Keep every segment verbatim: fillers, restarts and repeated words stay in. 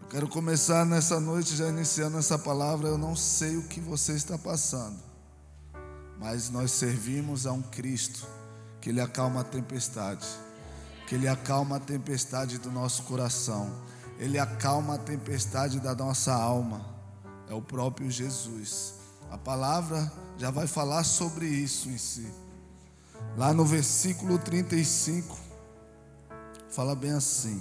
Quero começar nessa noite, já iniciando essa palavra. Eu não sei o que você está passando, mas nós servimos a um Cristo que Ele acalma a tempestade, que Ele acalma a tempestade do nosso coração, Ele acalma a tempestade da nossa alma. É o próprio Jesus. A palavra já vai falar sobre isso em si. Lá no versículo trinta e cinco, fala bem assim: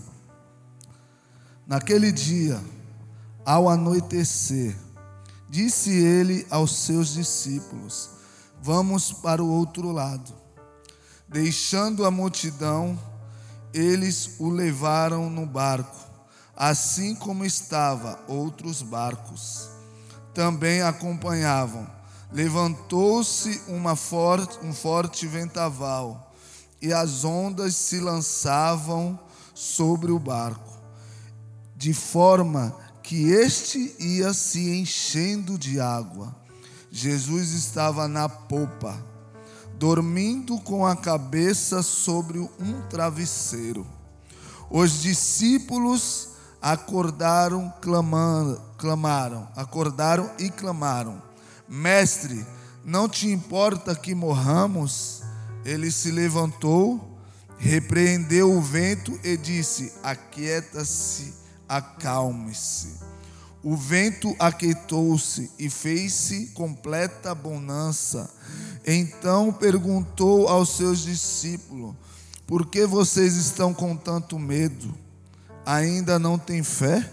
naquele dia, ao anoitecer, disse ele aos seus discípulos: vamos para o outro lado. Deixando a multidão, eles o levaram no barco, assim como estava outros barcos também acompanhavam. Levantou-se uma forte, um forte vendaval, e as ondas se lançavam sobre o barco, de forma que este ia se enchendo de água. Jesus estava na popa, dormindo com a cabeça sobre um travesseiro. Os discípulos acordaram, clamando, clamaram, acordaram e clamaram: Mestre, não te importa que morramos? Ele se levantou, repreendeu o vento e disse: aquieta-se, acalme-se. O vento aquietou-se e fez-se completa bonança. Então perguntou aos seus discípulos: por que vocês estão com tanto medo? Ainda não têm fé?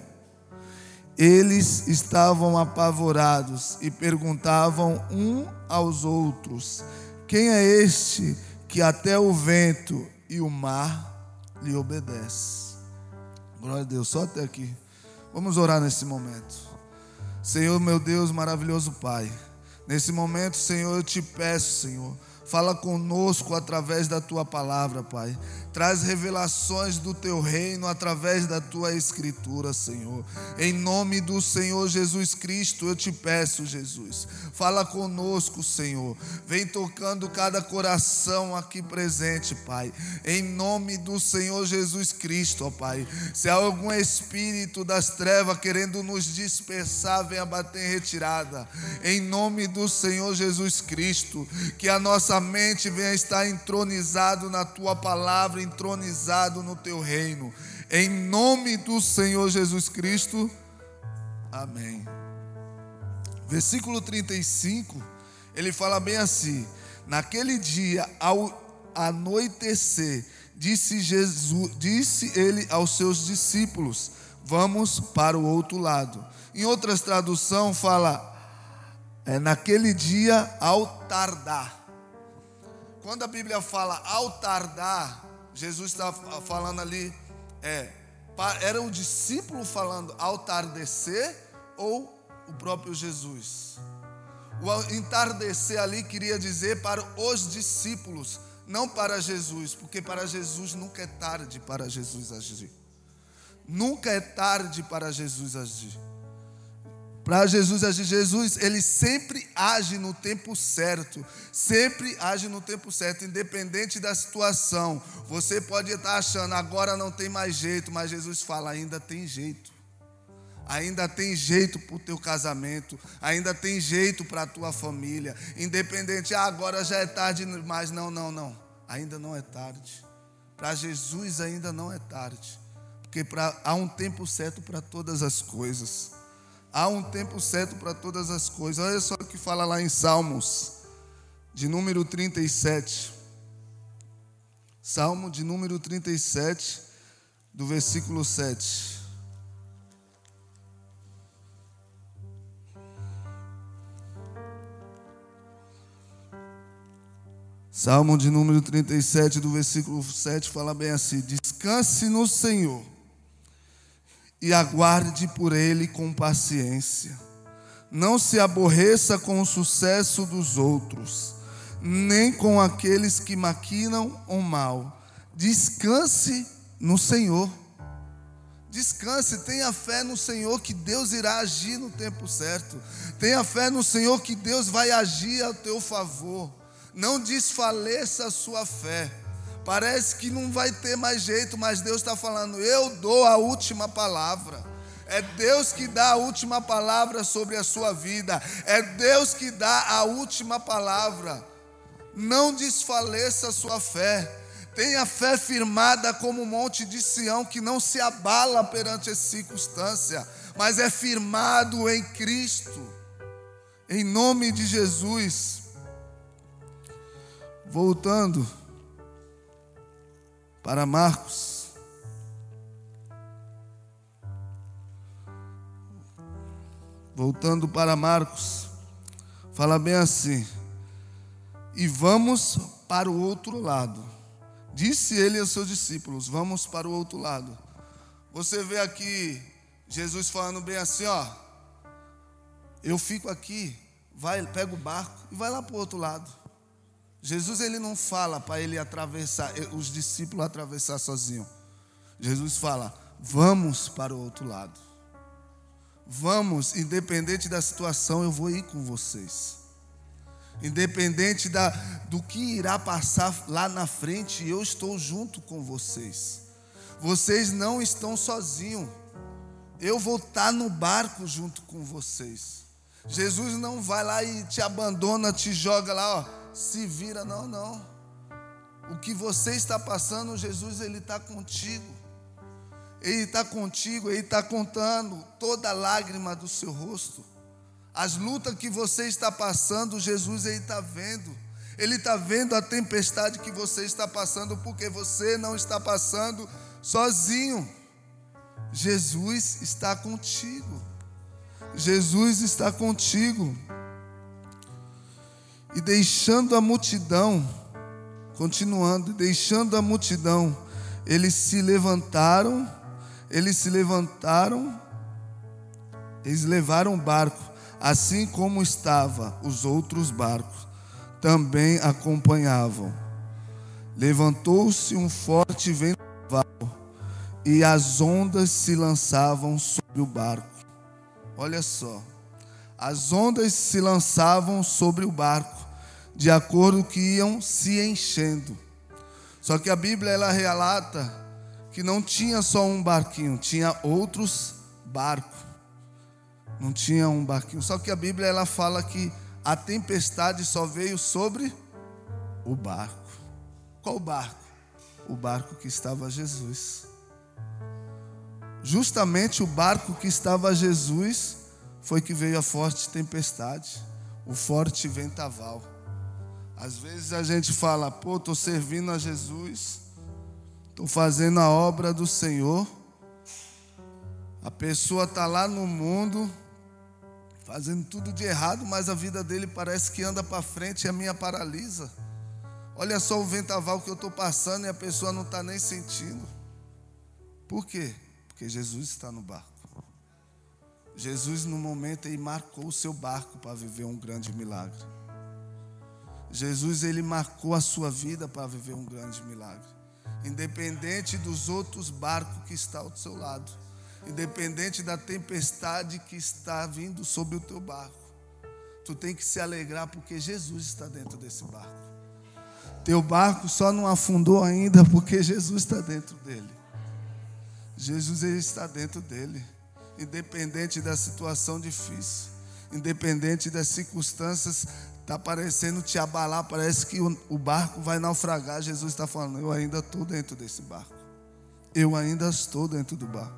Eles estavam apavorados e perguntavam um aos outros: quem é este que até o vento e o mar lhe obedecem? Glória a Deus, só até aqui. Vamos orar nesse momento. Senhor, meu Deus, maravilhoso Pai, nesse momento, Senhor, eu te peço, Senhor, fala conosco através da Tua palavra, Pai. Traz revelações do Teu reino através da Tua escritura, Senhor. Em nome do Senhor Jesus Cristo, eu te peço, Jesus. Fala conosco, Senhor. Vem tocando cada coração aqui presente, Pai. Em nome do Senhor Jesus Cristo, ó Pai. Se há algum espírito das trevas querendo nos dispersar, venha bater em retirada. Em nome do Senhor Jesus Cristo, que a nossa mente venha estar entronizado na Tua palavra, entronizado no Teu reino. Em nome do Senhor Jesus Cristo. Amém. Versículo trinta e cinco, ele fala bem assim: naquele dia, ao anoitecer, disse Jesus, disse ele aos seus discípulos: vamos para o outro lado. Em outras traduções fala, é, naquele dia, ao tardar. Quando a Bíblia fala ao tardar, Jesus está falando ali, é, era o discípulo falando ao tardecer ou o próprio Jesus? O entardecer ali queria dizer para os discípulos, não para Jesus, porque para Jesus nunca é tarde para Jesus agir. Nunca é tarde para Jesus agir. Para Jesus agir, Jesus, Ele sempre age no tempo certo, sempre age no tempo certo, independente da situação. Você pode estar achando, agora não tem mais jeito, mas Jesus fala, ainda tem jeito. Ainda tem jeito para o teu casamento, ainda tem jeito para a tua família, independente, ah, agora já é tarde, mas não, não, não, ainda não é tarde. Para Jesus ainda não é tarde, porque pra, há um tempo certo para todas as coisas. Há um tempo certo para todas as coisas. Olha só o que fala lá em Salmos, de número trinta e sete. Salmo de número trinta e sete, do versículo sete. Salmo de número trinta e sete, do versículo sete, fala bem assim: descanse no Senhor e aguarde por Ele com paciência. Não se aborreça com o sucesso dos outros, nem com aqueles que maquinam o mal. Descanse no Senhor. Descanse, tenha fé no Senhor que Deus irá agir no tempo certo. Tenha fé no Senhor que Deus vai agir a teu favor. Não desfaleça a sua fé. Parece que não vai ter mais jeito, mas Deus está falando, eu dou a última palavra. É Deus que dá a última palavra sobre a sua vida. É Deus que dá a última palavra. Não desfaleça a sua fé. Tenha fé firmada como o monte de Sião, que não se abala perante as circunstâncias, mas é firmado em Cristo. Em nome de Jesus. Voltando para Marcos. Voltando para Marcos, fala bem assim: e vamos para o outro lado. Disse ele aos seus discípulos: vamos para o outro lado. Você vê aqui Jesus falando bem assim, ó: eu fico aqui, vai, pega o barco e vai lá para o outro lado. Jesus, ele não fala para ele atravessar, os discípulos atravessar sozinho. Jesus fala: vamos para o outro lado. Vamos, independente da situação, eu vou ir com vocês. Independente da, do que irá passar lá na frente, eu estou junto com vocês. Vocês não estão sozinhos. Eu vou estar no barco junto com vocês. Jesus não vai lá e te abandona, te joga lá, ó, se vira, não, não. O que você está passando, Jesus, ele está contigo. Ele está contigo, Ele está contando toda a lágrima do seu rosto. As lutas que você está passando, Jesus, Ele está vendo. Ele está vendo a tempestade que você está passando, porque você não está passando sozinho. Jesus está contigo. Jesus está contigo. E deixando a multidão, continuando, deixando a multidão, eles se levantaram, eles se levantaram, eles levaram o barco, assim como estava os outros barcos, também acompanhavam. Levantou-se um forte vendaval, e as ondas se lançavam sobre o barco. Olha só, as ondas se lançavam sobre o barco, de acordo que iam se enchendo. Só que a Bíblia, ela relata que não tinha só um barquinho, tinha outros barcos. Não tinha um barquinho. Só que a Bíblia, ela fala que a tempestade só veio sobre o barco. Qual barco? O barco que estava Jesus. Justamente o barco que estava Jesus foi que veio a forte tempestade, o forte vendaval. Às vezes a gente fala: pô, estou servindo a Jesus, estou fazendo a obra do Senhor. A pessoa está lá no mundo, fazendo tudo de errado, mas a vida dele parece que anda para frente e a minha paralisa. Olha só o vendaval que eu estou passando e a pessoa não está nem sentindo. Por quê? Porque Jesus está no barco. Jesus, no momento, ele marcou o seu barco para viver um grande milagre. Jesus, ele marcou a sua vida para viver um grande milagre. Independente dos outros barcos que estão ao seu lado, independente da tempestade que está vindo sobre o teu barco, tu tem que se alegrar porque Jesus está dentro desse barco. Teu barco só não afundou ainda porque Jesus está dentro dele. Jesus, ele está dentro dele. Independente da situação difícil, independente das circunstâncias, está parecendo te abalar, parece que o, o barco vai naufragar. Jesus está falando: eu ainda estou dentro desse barco. Eu ainda estou dentro do barco.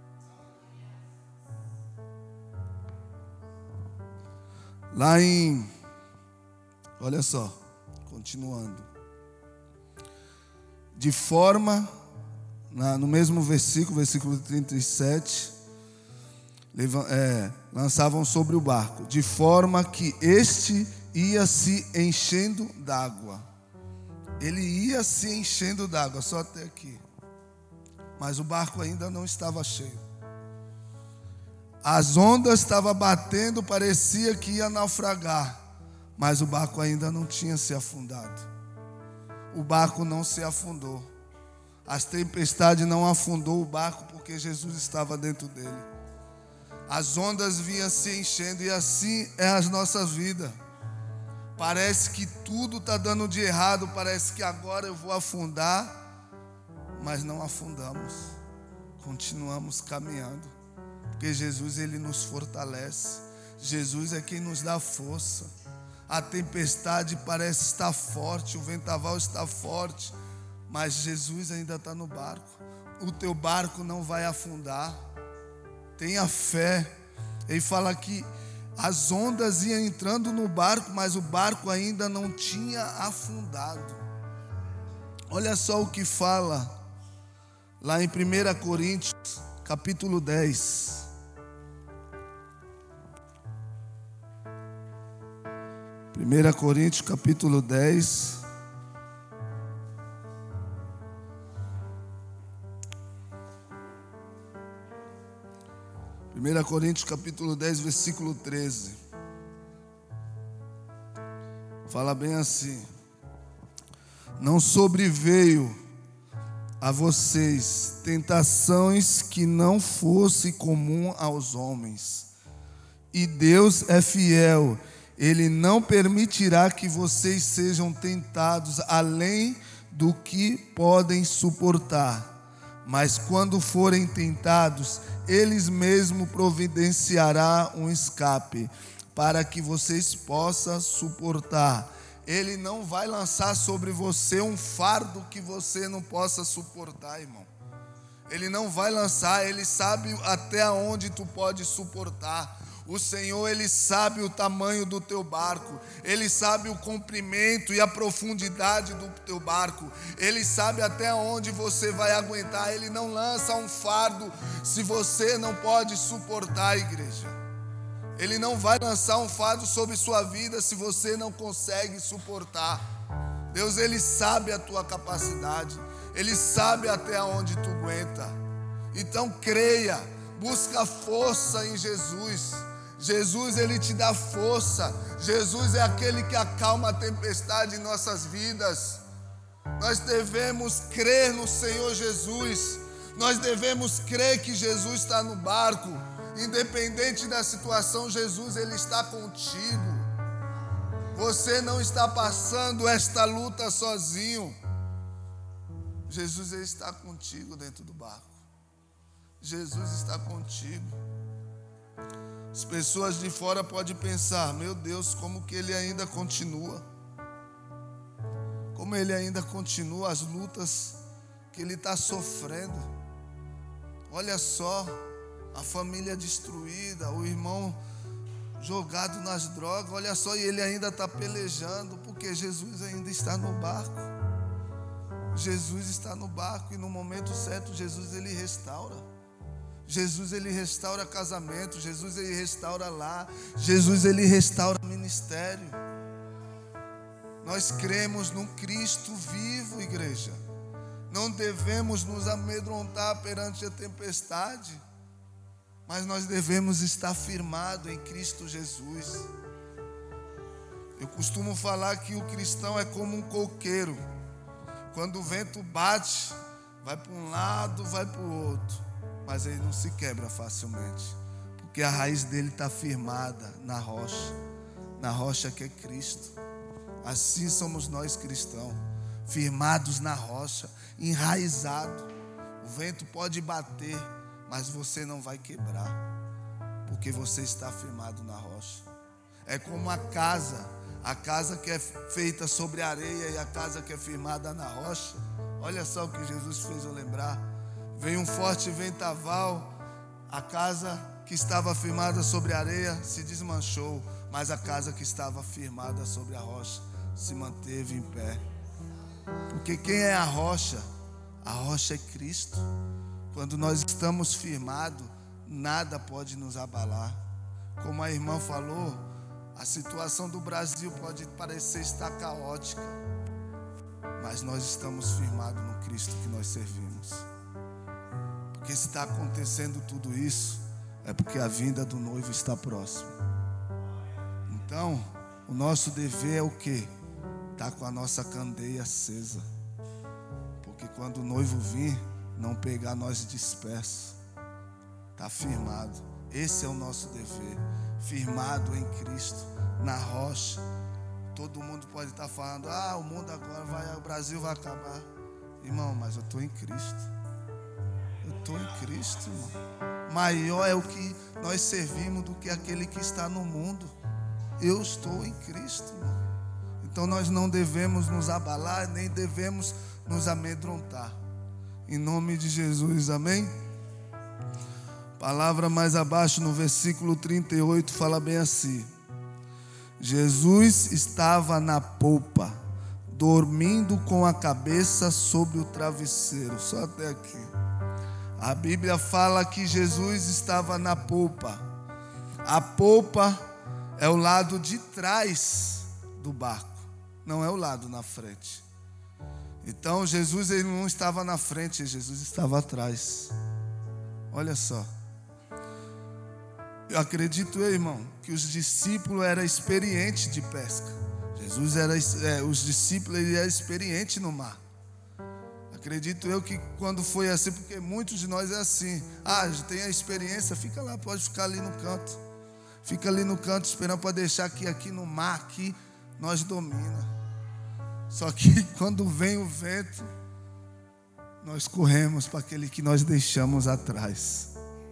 Lá em, olha só, continuando. De forma, na, no mesmo versículo, versículo trinta e sete, é, lançavam sobre o barco, de forma que este ia se enchendo d'água. Ele ia se enchendo d'água, só até aqui. Mas o barco ainda não estava cheio. As ondas estavam batendo, parecia que ia naufragar, mas o barco ainda não tinha se afundado. O barco não se afundou. As tempestades não afundou o barco porque Jesus estava dentro dele. As ondas vinham se enchendo e assim é as nossas vidas. Parece que tudo está dando de errado, parece que agora eu vou afundar, mas não afundamos. Continuamos caminhando. Porque Jesus, ele nos fortalece. Jesus é quem nos dá força. A tempestade parece estar forte, o vendaval está forte, mas Jesus ainda está no barco. O teu barco não vai afundar. Tenha fé. Ele fala que as ondas iam entrando no barco, mas o barco ainda não tinha afundado. Olha só o que fala lá em primeira Coríntios, capítulo dez. primeira Coríntios, capítulo dez. primeira Coríntios, capítulo dez, versículo treze. Fala bem assim: não sobreveio a vocês tentações que não fosse comum aos homens. E Deus é fiel, Ele não permitirá que vocês sejam tentados além do que podem suportar. Mas quando forem tentados, Ele mesmo providenciará um escape, para que vocês possam suportar. Ele não vai lançar sobre você um fardo que você não possa suportar, irmão. Ele não vai lançar, Ele sabe até onde tu pode suportar. O Senhor, Ele sabe o tamanho do teu barco. Ele sabe o comprimento e a profundidade do teu barco. Ele sabe até onde você vai aguentar. Ele não lança um fardo se você não pode suportar, igreja. Ele não vai lançar um fardo sobre sua vida se você não consegue suportar. Deus, Ele sabe a tua capacidade. Ele sabe até onde tu aguenta. Então creia, busca força em Jesus. Jesus, Ele te dá força. Jesus é aquele que acalma a tempestade em nossas vidas. Nós devemos crer no Senhor Jesus. Nós devemos crer que Jesus está no barco. Independente da situação, Jesus, Ele está contigo. Você não está passando esta luta sozinho. Jesus, Ele está contigo dentro do barco. Jesus está contigo. As pessoas de fora podem pensar: meu Deus, como que Ele ainda continua? Como Ele ainda continua as lutas que Ele está sofrendo? Olha só, a família destruída, o irmão jogado nas drogas, olha só, e ele ainda está pelejando, porque Jesus ainda está no barco. Jesus está no barco e no momento certo, Jesus, Ele restaura. Jesus, Ele restaura casamento. Jesus, Ele restaura lar. Jesus, Ele restaura ministério. Nós cremos num Cristo vivo, igreja. Não devemos nos amedrontar perante a tempestade, mas nós devemos estar firmados em Cristo Jesus. Eu costumo falar que o cristão é como um coqueiro. Quando o vento bate, vai para um lado, vai para o outro, mas ele não se quebra facilmente, porque a raiz dele está firmada na rocha, na rocha que é Cristo. Assim somos nós cristãos, firmados na rocha, enraizados. O vento pode bater, mas você não vai quebrar, porque você está firmado na rocha. É como a casa, a casa que é feita sobre areia e a casa que é firmada na rocha. Olha só o que Jesus fez eu lembrar. Veio um forte vendaval, a casa que estava firmada sobre a areia se desmanchou, mas a casa que estava firmada sobre a rocha se manteve em pé. Porque quem é a rocha? A rocha é Cristo. Quando nós estamos firmados, nada pode nos abalar. Como a irmã falou, a situação do Brasil pode parecer estar caótica, mas nós estamos firmados no Cristo que nós servimos. Porque se está acontecendo tudo isso, é porque a vinda do noivo está próxima. Então, o nosso dever é o quê? Estar com a nossa candeia acesa. Porque quando o noivo vir, não pegar nós dispersos. Está firmado. Esse é o nosso dever. Firmado em Cristo, na rocha. Todo mundo pode estar falando: ah, o mundo agora vai, o Brasil vai acabar. Irmão, mas eu estou em Cristo. Eu estou em Cristo, irmão. Maior é o que nós servimos do que aquele que está no mundo. Eu estou em Cristo, irmão. Então nós não devemos nos abalar, nem devemos nos amedrontar. Em nome de Jesus, amém? Palavra mais abaixo, no versículo trinta e oito, fala bem assim: Jesus estava na polpa, dormindo com a cabeça sobre o travesseiro. Só até aqui. A Bíblia fala que Jesus estava na polpa. A polpa é o lado de trás do barco, não é o lado na frente. Então Jesus, ele não estava na frente, Jesus estava atrás. Olha só. Eu acredito, irmão, que os discípulos eram experientes de pesca. Jesus era, é, os discípulos, ele era experiente no mar. Acredito eu que quando foi assim, porque muitos de nós é assim. Ah, já tem a experiência, fica lá, pode ficar ali no canto. Fica ali no canto esperando para deixar que aqui no mar, aqui, nós domina. Só que quando vem o vento, nós corremos para aquele que nós deixamos atrás.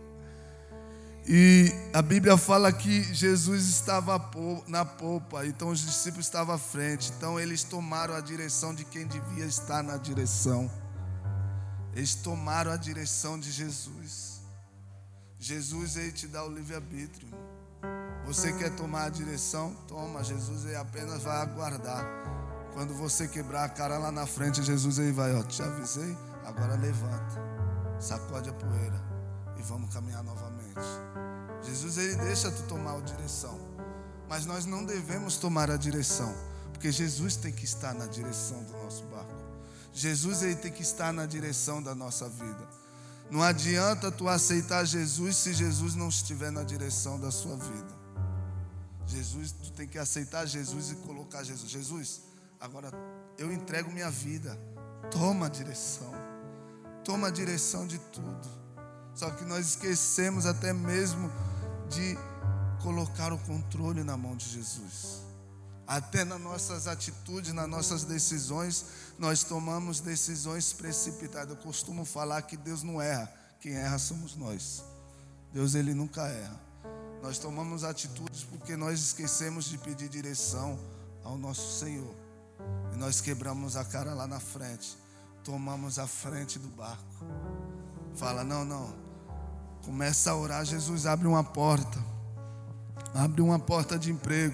E a Bíblia fala que Jesus estava na polpa, então os discípulos estavam à frente. Então eles tomaram a direção de quem devia estar na direção. Eles tomaram a direção de Jesus. Jesus, ele te dá o livre-arbítrio. Você quer tomar a direção? Toma, Jesus, ele apenas vai aguardar. Quando você quebrar a cara lá na frente, Jesus, ele vai, ó, te avisei, agora levanta, sacode a poeira e vamos caminhar novamente. Jesus, ele deixa tu tomar a direção, mas nós não devemos tomar a direção, porque Jesus tem que estar na direção do nosso barco. Jesus, ele tem que estar na direção da nossa vida. Não adianta tu aceitar Jesus se Jesus não estiver na direção da sua vida. Jesus, tu tem que aceitar Jesus e colocar Jesus. Jesus, agora eu entrego minha vida. Toma a direção. Toma a direção de tudo. Só que nós esquecemos até mesmo de colocar o controle na mão de Jesus. Até nas nossas atitudes, nas nossas decisões, nós tomamos decisões precipitadas. Eu costumo falar que Deus não erra. Quem erra somos nós. Deus, ele nunca erra. Nós tomamos atitudes porque nós esquecemos de pedir direção ao nosso Senhor. E nós quebramos a cara lá na frente. Tomamos a frente do barco. Fala, não, não. Começa a orar. Jesus, abre uma porta. Abre uma porta de emprego.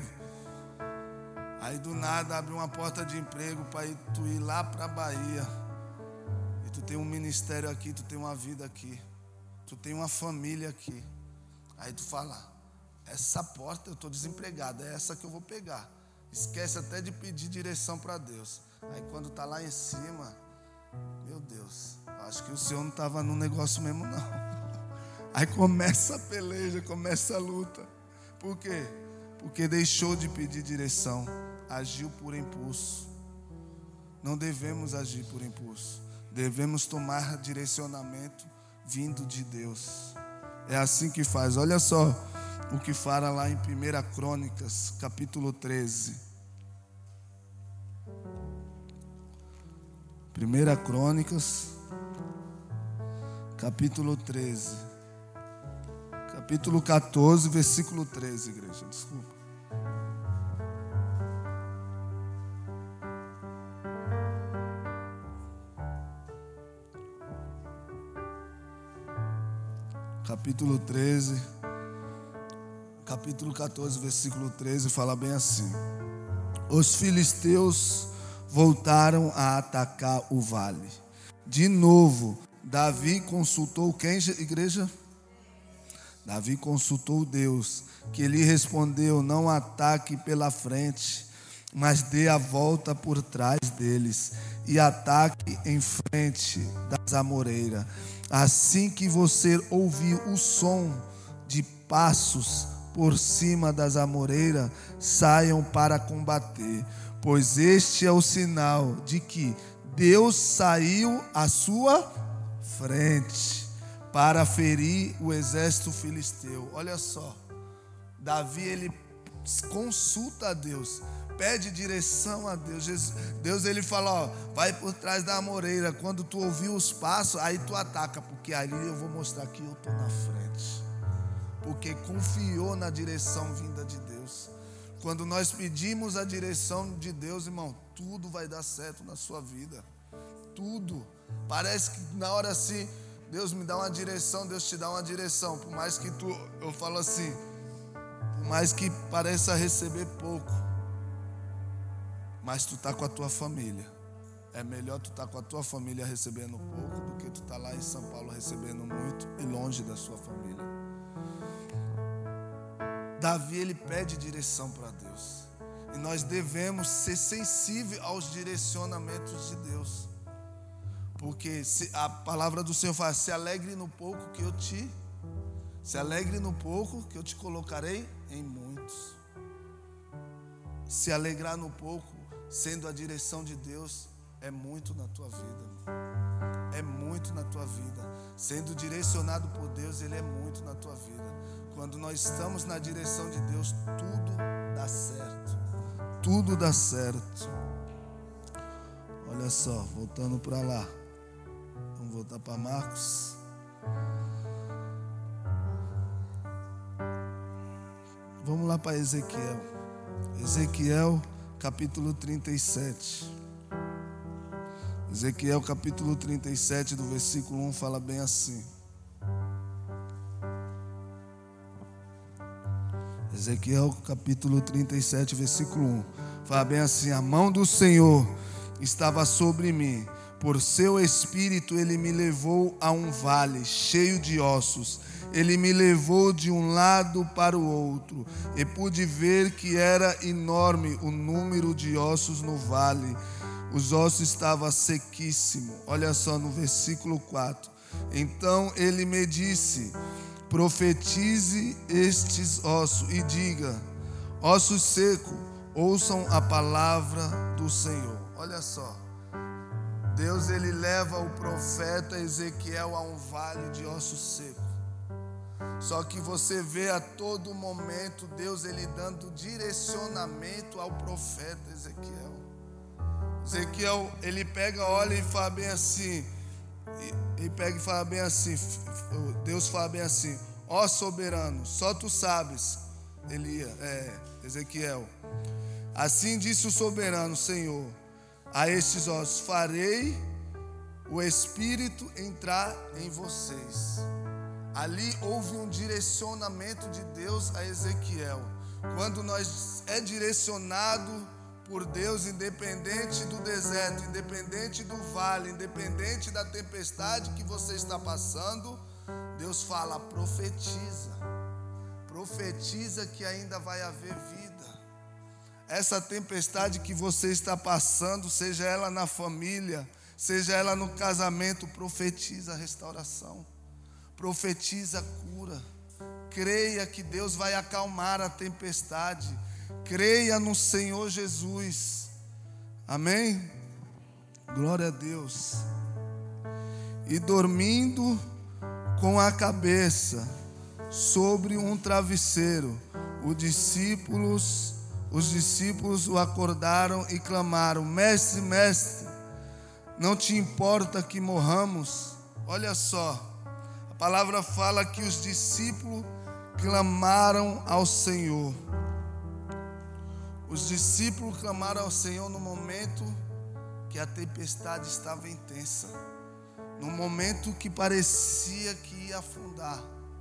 Aí do nada abre uma porta de emprego para tu ir lá para a Bahia. E tu tem um ministério aqui, tu tem uma vida aqui. Tu tem uma família aqui. Aí tu fala, essa porta eu estou desempregado, é essa que eu vou pegar. Esquece até de pedir direção para Deus. Aí quando está lá em cima, meu Deus, acho que o Senhor não estava no negócio mesmo não. Aí começa a peleja, começa a luta. Por quê? Porque deixou de pedir direção, agiu por impulso. Não devemos agir por impulso. Devemos tomar direcionamento vindo de Deus. É assim que faz. Olha só o que fala lá em primeira Crônicas, capítulo treze. primeira Crônicas, capítulo treze. Capítulo quatorze, versículo treze, igreja, desculpa. Capítulo treze, capítulo quatorze, versículo treze, fala bem assim: os filisteus voltaram a atacar o vale. De novo, Davi consultou quem, igreja? Davi consultou Deus, que lhe respondeu: não ataque pela frente, mas dê a volta por trás deles e ataque em frente das amoreiras. Assim que você ouvir o som de passos por cima das amoreiras, saiam para combater, pois este é o sinal de que Deus saiu à sua frente para ferir o exército filisteu. Olha só, Davi, ele consulta a Deus, Pede direção a Deus. Deus ele fala, ó, vai por trás da amoreira. Quando tu ouvir os passos, aí tu ataca, porque ali eu vou mostrar que eu estou na frente. Porque confiou na direção vinda de Deus. Quando nós pedimos a direção de Deus, irmão, tudo vai dar certo na sua vida. Tudo. Parece que na hora assim, Deus me dá uma direção, Deus te dá uma direção. Por mais que tu, eu falo assim, por mais que pareça receber pouco, mas tu tá com a tua família. É melhor tu tá com a tua família recebendo pouco do que tu tá lá em São Paulo recebendo muito e longe da sua família. Davi, ele pede direção para Deus. E nós devemos ser sensíveis aos direcionamentos de Deus. Porque se, a palavra do Senhor fala, se alegre no pouco que eu te... Se alegre no pouco que eu te colocarei em muitos. Se alegrar no pouco, sendo a direção de Deus, é muito na tua vida. É muito na tua vida. Sendo direcionado por Deus, Ele é muito na tua vida. Quando nós estamos na direção de Deus, tudo dá certo. Tudo dá certo. Olha só, voltando para lá. Vamos voltar para Marcos. Vamos lá para Ezequiel. Ezequiel, capítulo trinta e sete. Ezequiel, capítulo trinta e sete, do versículo um, fala bem assim. Ezequiel, capítulo trinta e sete, versículo um. Fala bem assim: a mão do Senhor estava sobre mim. Por seu espírito ele me levou a um vale cheio de ossos. Ele me levou de um lado para o outro. E pude ver que era enorme o número de ossos no vale. Os ossos estavam sequíssimos. Olha só no versículo quatro. Então ele me disse: profetize estes ossos e diga: ossos secos, ouçam a palavra do Senhor. Olha só. Deus ele leva o profeta Ezequiel a um vale de ossos secos. Só que você vê a todo momento Deus ele dando direcionamento ao profeta Ezequiel. Ezequiel ele pega, olha e fala bem assim. Ele pega e fala bem assim. Deus fala bem assim: ó soberano, só tu sabes, Elia, é, Ezequiel. Assim disse o soberano Senhor a estes ossos: farei o Espírito entrar em vocês. Ali houve um direcionamento de Deus a Ezequiel. Quando nós é direcionado por Deus, independente do deserto, independente do vale, independente da tempestade que você está passando, Deus fala: profetiza. Profetiza que ainda vai haver vida. Essa tempestade que você está passando, seja ela na família, seja ela no casamento, profetiza a restauração. Profetiza a cura. Creia que Deus vai acalmar a tempestade. Creia no Senhor Jesus. Amém? Glória a Deus. E dormindo com a cabeça sobre um travesseiro, os discípulos, os discípulos o acordaram e clamaram: mestre, mestre, não te importa que morramos? Olha só. A palavra fala que os discípulos clamaram ao Senhor. Os discípulos clamaram ao Senhor no momento que a tempestade estava intensa. No momento que parecia que ia afundar.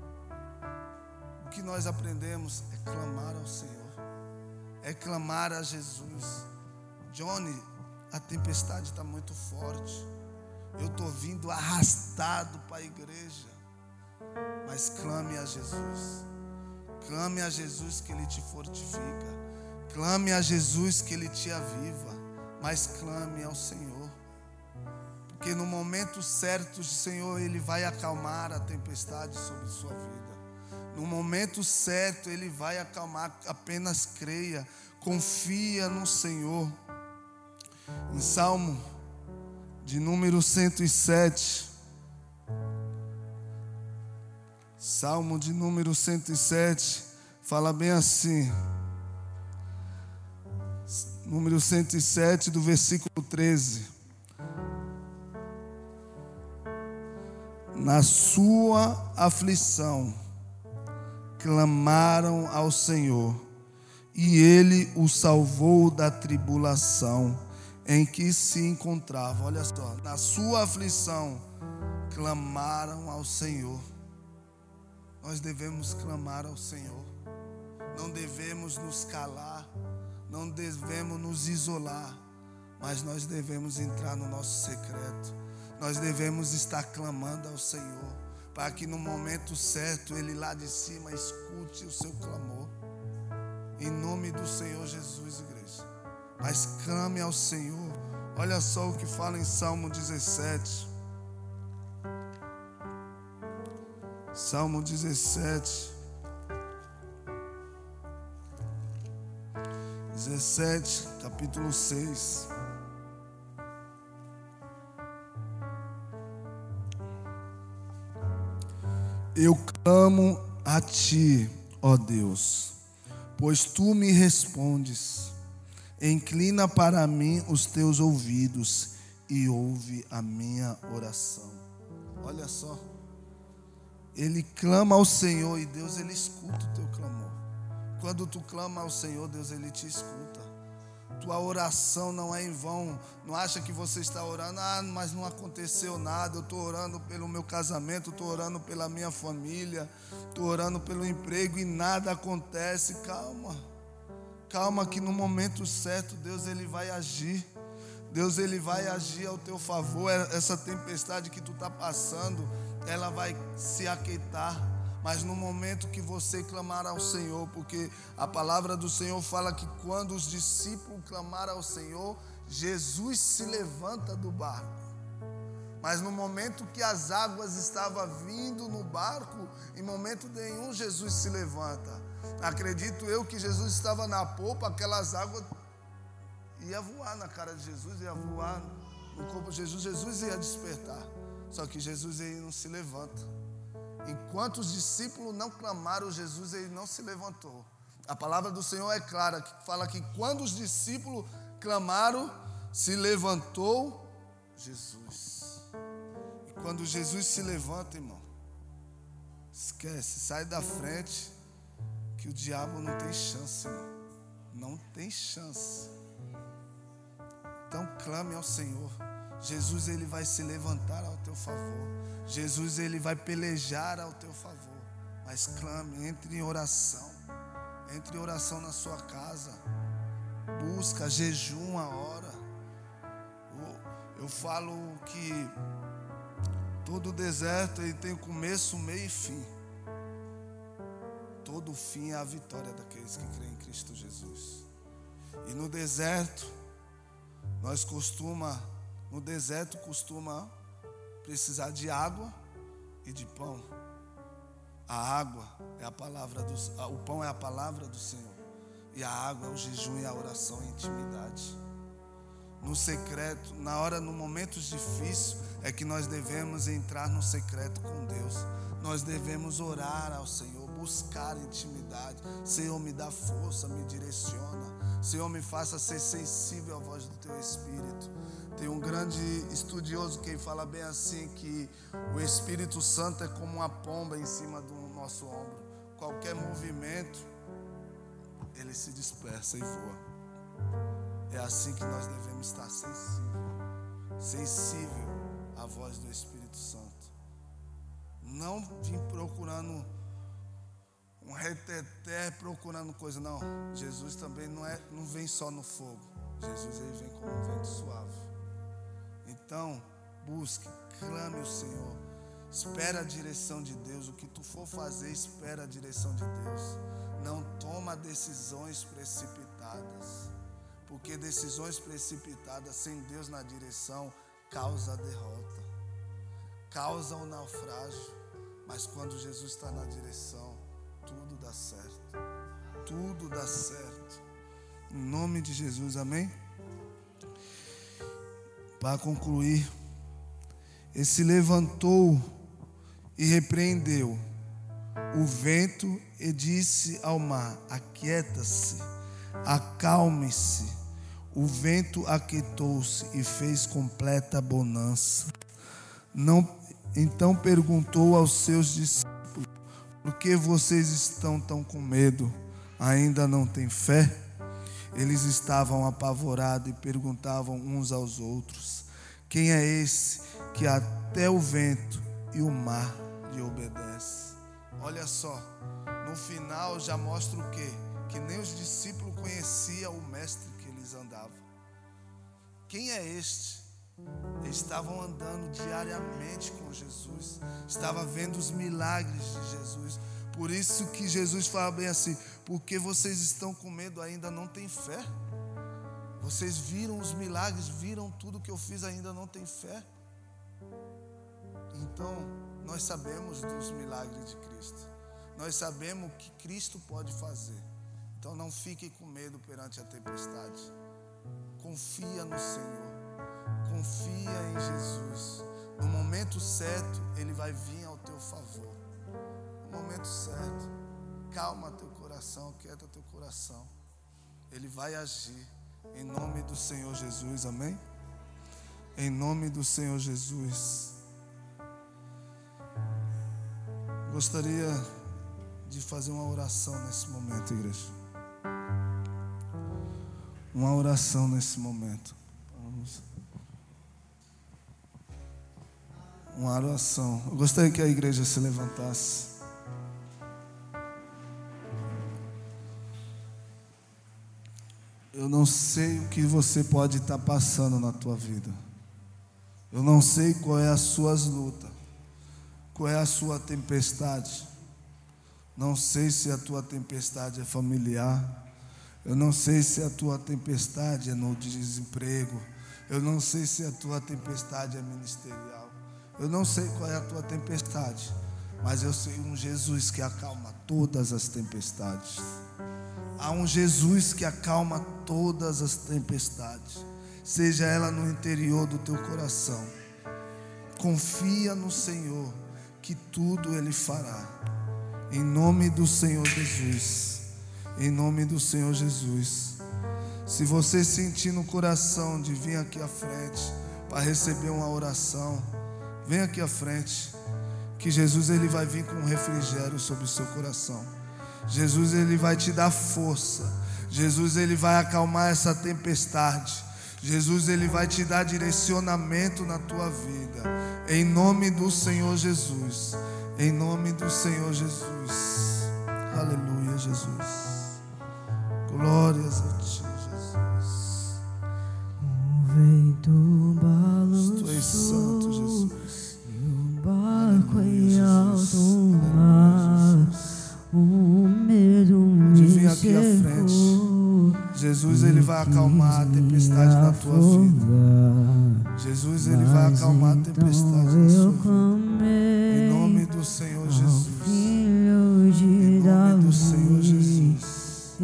O que nós aprendemos é clamar ao Senhor. É clamar a Jesus. Johnny, a tempestade está muito forte. Eu estou vindo arrastado para a igreja. Mas clame a Jesus. Clame a Jesus que Ele te fortifica. Clame a Jesus que Ele te aviva. Mas clame ao Senhor. Porque no momento certo, o Senhor Ele vai acalmar a tempestade sobre sua vida. No momento certo, Ele vai acalmar. Apenas creia. Confia no Senhor. Em Salmo de número cento e sete. Salmo de número cento e sete, fala bem assim. número cento e sete, do versículo treze. Na sua aflição, clamaram ao Senhor, e Ele o salvou da tribulação em que se encontrava. Olha só, na sua aflição, clamaram ao Senhor. Nós devemos clamar ao Senhor. Não devemos nos calar, não devemos nos isolar, mas nós devemos entrar no nosso secreto. Nós devemos estar clamando ao Senhor, para que no momento certo Ele lá de cima escute o seu clamor. Em nome do Senhor Jesus, igreja. Mas clame ao Senhor. Olha só o que fala em Salmo dezessete. Salmo dezessete. dezessete, capítulo seis. Eu clamo a ti, ó Deus, pois tu me respondes. Inclina para mim os teus ouvidos e ouve a minha oração. Olha só. Ele clama ao Senhor e Deus, Ele escuta o teu clamor. Quando tu clama ao Senhor, Deus, Ele te escuta. Tua oração não é em vão. Não acha que você está orando, ah, mas não aconteceu nada. Eu estou orando pelo meu casamento, estou orando pela minha família, estou orando pelo emprego e nada acontece. Calma, calma que no momento certo Deus Ele vai agir. Deus Ele vai agir ao teu favor. Essa tempestade que tu está passando, ela vai se aquietar. Mas no momento que você clamar ao Senhor, porque a palavra do Senhor fala que quando os discípulos clamaram ao Senhor, Jesus se levanta do barco. Mas no momento que as águas estavam vindo no barco, em momento nenhum Jesus se levanta. Acredito eu que Jesus estava na popa, aquelas águas ia voar na cara de Jesus, ia voar no corpo de Jesus, Jesus ia despertar. Só que Jesus ele não se levanta. Enquanto os discípulos não clamaram, Jesus ele não se levantou. A palavra do Senhor é clara, que fala que quando os discípulos clamaram, se levantou Jesus. E quando Jesus se levanta, irmão, esquece, sai da frente, que o diabo não tem chance, irmão. Não tem chance. Então clame ao Senhor. Jesus ele vai se levantar ao teu favor. Jesus ele vai pelejar ao teu favor. Mas clame, entre em oração. Entre em oração na sua casa. Busca, jejum a hora. Eu, eu falo que todo deserto ele tem começo, meio e fim. Todo fim é a vitória daqueles que creem em Cristo Jesus. E no deserto, nós costuma, no deserto costuma precisar de água e de pão. A água é a palavra do, o pão é a palavra do Senhor. E a água é o jejum e a oração e a intimidade. No secreto, na hora, no momentos difíceis, é que nós devemos entrar no secreto com Deus. Nós devemos orar ao Senhor, buscar intimidade. Senhor, me dá força, me direciona. Senhor, me faça ser sensível à voz do Teu Espírito. Tem um grande estudioso que fala bem assim, que o Espírito Santo é como uma pomba em cima do nosso ombro. Qualquer movimento, ele se dispersa e voa. É assim que nós devemos estar sensível, sensível à voz do Espírito Santo. Não vim procurando um reteté, procurando coisa, não. Jesus também não, é, não vem só no fogo. Jesus ele vem como um vento suave. Então, busque, clame o Senhor. Espera a direção de Deus. O que tu for fazer, espera a direção de Deus. Não toma decisões precipitadas. Porque decisões precipitadas sem Deus na direção causa a derrota, causa o naufrágio. Mas quando Jesus está na direção, tudo dá certo. Tudo dá certo. Em nome de Jesus, amém? Para concluir, ele se levantou e repreendeu o vento e disse ao mar: aquieta-se, acalme-se. o vento aquietou-se e fez completa bonança. Não, então perguntou aos seus discípulos: por que vocês estão tão com medo? Ainda não têm fé? Eles estavam apavorados e perguntavam uns aos outros: quem é esse que até o vento e o mar lhe obedece? Olha só, no final já mostra o quê? Que nem os discípulos conheciam o mestre que eles andavam. Quem é este? Eles estavam andando diariamente com Jesus, estavam vendo os milagres de Jesus. Por isso que Jesus fala bem assim: porque vocês estão com medo, ainda não têm fé? Vocês viram os milagres, viram tudo que eu fiz, ainda não têm fé? Então, nós sabemos dos milagres de Cristo. Nós sabemos o que Cristo pode fazer. Então, não fique com medo perante a tempestade. Confia no Senhor. Confia em Jesus. No momento certo, Ele vai vir ao teu favor. No momento certo. Calma teu coração, quieta teu coração. Ele vai agir. Em nome do Senhor Jesus, amém? Em nome do Senhor Jesus. Gostaria de fazer uma oração nesse momento, igreja. Uma oração nesse momento. Vamos. Uma oração. Eu gostaria que a igreja se levantasse. Eu não sei o que você pode estar passando na tua vida. Eu não sei qual é as suas lutas. Qual é a sua tempestade. Não sei se a tua tempestade é familiar. Eu não sei se a tua tempestade é no desemprego. Eu não sei se a tua tempestade é ministerial. Eu não sei qual é a tua tempestade. Mas eu sei um Jesus que acalma todas as tempestades. Há um Jesus que acalma todas as tempestades. Seja ela no interior do teu coração. Confia no Senhor, que tudo Ele fará. Em nome do Senhor Jesus. Em nome do Senhor Jesus. Se você sentir no coração de vir aqui à frente para receber uma oração, vem aqui à frente, que Jesus Ele vai vir com um refrigério sobre o seu coração. Jesus Ele vai te dar força. Jesus Ele vai acalmar essa tempestade. Jesus Ele vai te dar direcionamento na tua vida. Em nome do Senhor Jesus. Em nome do Senhor Jesus. Aleluia, Jesus. Glórias a Ti, Jesus. O vento balançou, Tu és santo, Jesus. E o barco em alto Aleluia, mar. O medo me Pode vir aqui à frente. cercou. Jesus Ele vai acalmar a tempestade na tua vida. Jesus Ele vai acalmar a tempestade na sua vida. Em nome do Senhor Jesus. Em nome do Senhor Jesus.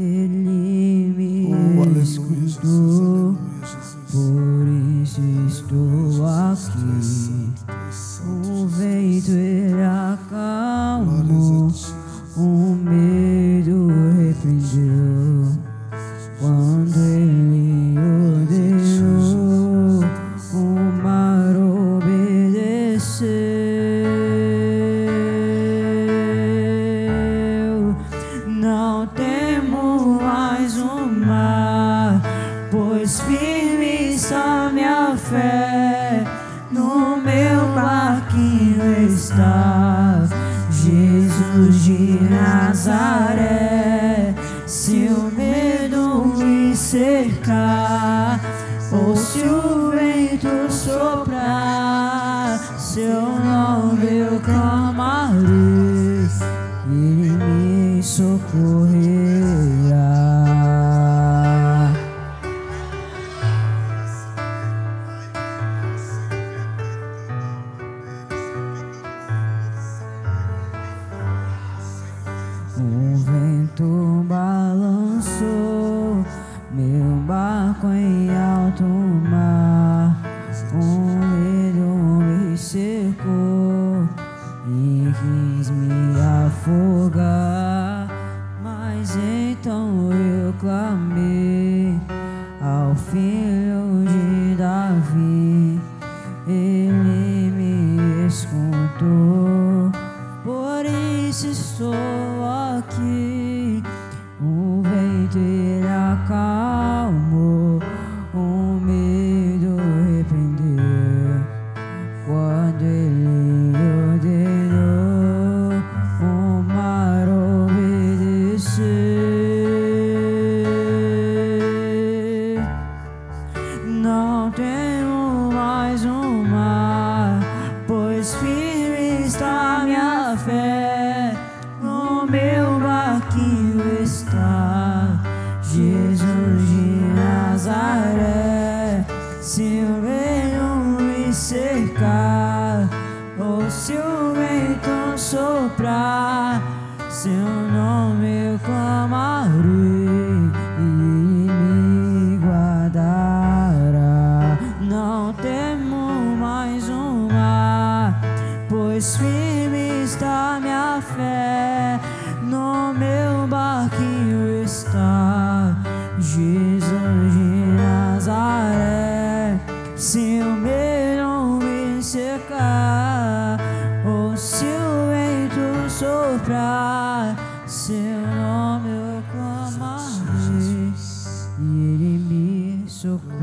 Ele me Oh, aleluia, Jesus, escutou, aleluia, Jesus. por isso estou Tu és aqui. santo, Tu és santo, O Jesus. vento ele Glórias acalmou, a Ti. o medo repreendeu, quando Ele ordenou, o mar obedeceu. Não temo mais o mar, pois firme está minha fé, no meu barquinho está Jesus de Nazaré. Se o medo me cercar, ou se o vento soprar, seu nome eu clamarei, Ele me socorrerá. O vento balançou meu barco em alto mar. O medo me cercou e quis me afogar, mas então eu clamei ao fim. meu barquinho está Jesus de Nazaré. Se o venho me cercar, ou se o vento soprar, seu nome eu clamarei e me guardará. Não temo mais o mar, pois firme está minha fé. No meu barquinho está Jesus de Nazaré. Se o medo me secar, ou se o vento soprar, seu nome eu clamarei e ele me socorrerá.